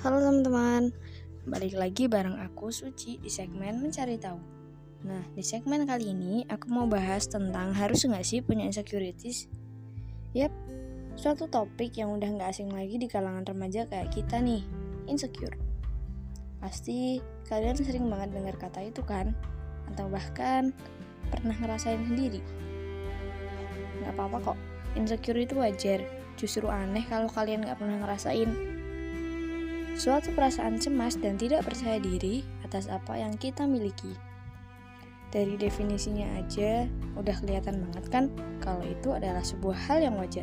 Halo teman-teman, balik lagi bareng aku Suci di segmen Mencari Tahu. Nah, di segmen kali ini aku mau bahas tentang harus nggak sih punya insecurities? Yap, suatu topik yang udah nggak asing lagi di kalangan remaja kayak kita nih, insecure. Pasti kalian sering banget dengar kata itu kan? Atau bahkan pernah ngerasain sendiri. Nggak apa-apa kok, insecure itu wajar. Justru aneh kalau kalian nggak pernah ngerasain. Suatu perasaan cemas dan tidak percaya diri atas apa yang kita miliki. Dari definisinya aja udah kelihatan banget kan kalau itu adalah sebuah hal yang wajar.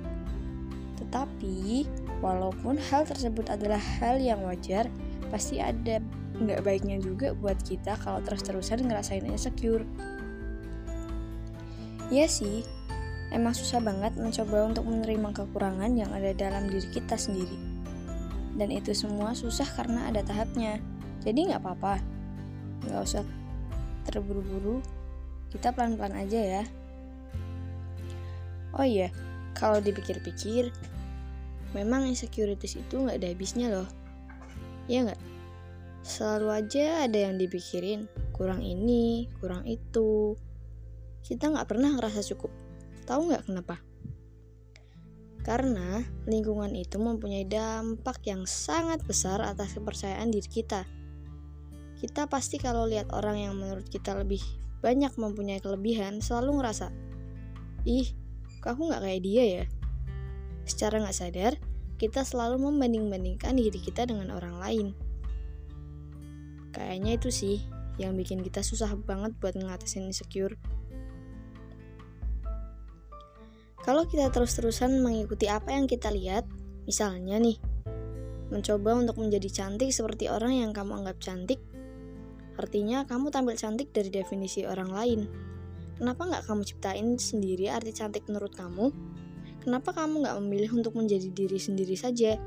Tetapi walaupun hal tersebut adalah hal yang wajar, pasti ada nggak baiknya juga buat kita kalau terus-terusan ngerasain insecure. Iya sih, emang susah banget mencoba untuk menerima kekurangan yang ada dalam diri kita sendiri. Dan itu semua susah karena ada tahapnya. Jadi gak apa-apa, gak usah terburu-buru, kita pelan-pelan aja ya. Oh iya, kalau dipikir-pikir, memang insecurities itu gak ada habisnya loh. Iya gak? Selalu aja ada yang dipikirin, kurang ini, kurang itu. Kita gak pernah ngerasa cukup. Tahu gak kenapa? Karena lingkungan itu mempunyai dampak yang sangat besar atas kepercayaan diri kita. Kita pasti kalau lihat orang yang menurut kita lebih banyak mempunyai kelebihan, selalu ngerasa, ih, kok aku gak kayak dia ya? Secara gak sadar, kita selalu membanding-bandingkan diri kita dengan orang lain. Kayaknya itu sih yang bikin kita susah banget buat ngatasin insecure. Kalau kita terus-terusan mengikuti apa yang kita lihat, misalnya nih, mencoba untuk menjadi cantik seperti orang yang kamu anggap cantik, artinya kamu tampil cantik dari definisi orang lain. Kenapa nggak kamu ciptain sendiri arti cantik menurut kamu? Kenapa kamu nggak memilih untuk menjadi diri sendiri saja?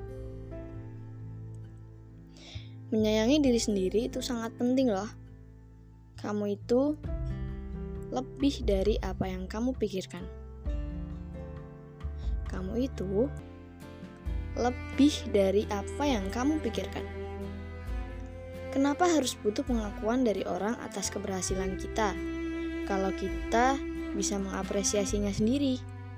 Menyayangi diri sendiri itu sangat penting loh. Kamu itu lebih dari apa yang kamu pikirkan. Kamu itu lebih dari apa yang kamu pikirkan. Kenapa harus butuh pengakuan dari orang atas keberhasilan kita, kalau kita bisa mengapresiasinya sendiri?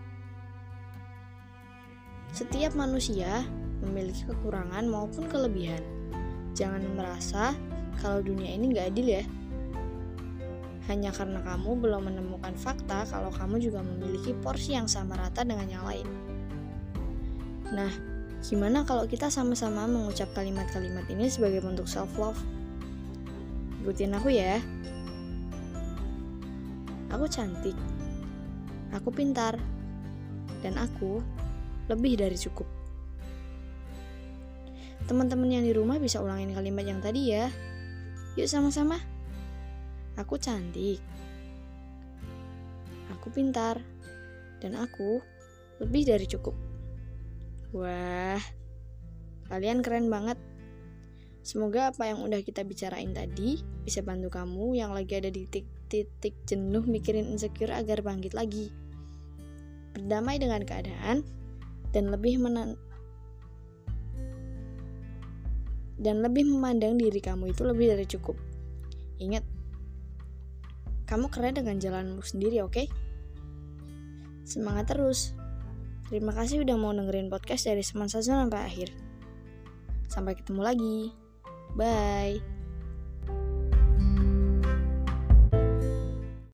Setiap manusia memiliki kekurangan maupun kelebihan. Jangan merasa kalau dunia ini gak adil ya. Hanya karena kamu belum menemukan fakta kalau kamu juga memiliki porsi yang sama rata dengan yang lain. Nah, gimana kalau kita sama-sama mengucap kalimat-kalimat ini sebagai bentuk self-love? Ikutin aku ya. Aku cantik, aku pintar, dan aku lebih dari cukup. Teman-teman yang di rumah bisa ulangin kalimat yang tadi ya. Yuk sama-sama. Aku cantik, aku pintar, dan aku lebih dari cukup. Wah, kalian keren banget. Semoga apa yang udah kita bicarain tadi bisa bantu kamu yang lagi ada di titik jenuh mikirin insecure agar bangkit lagi. Berdamai dengan keadaan dan lebih memandang diri kamu itu lebih dari cukup. Ingat, kamu keren dengan jalanmu sendiri, oke? Semangat terus. Terima kasih udah mau dengerin podcast dari Seman Sazon sampai akhir. Sampai ketemu lagi. Bye.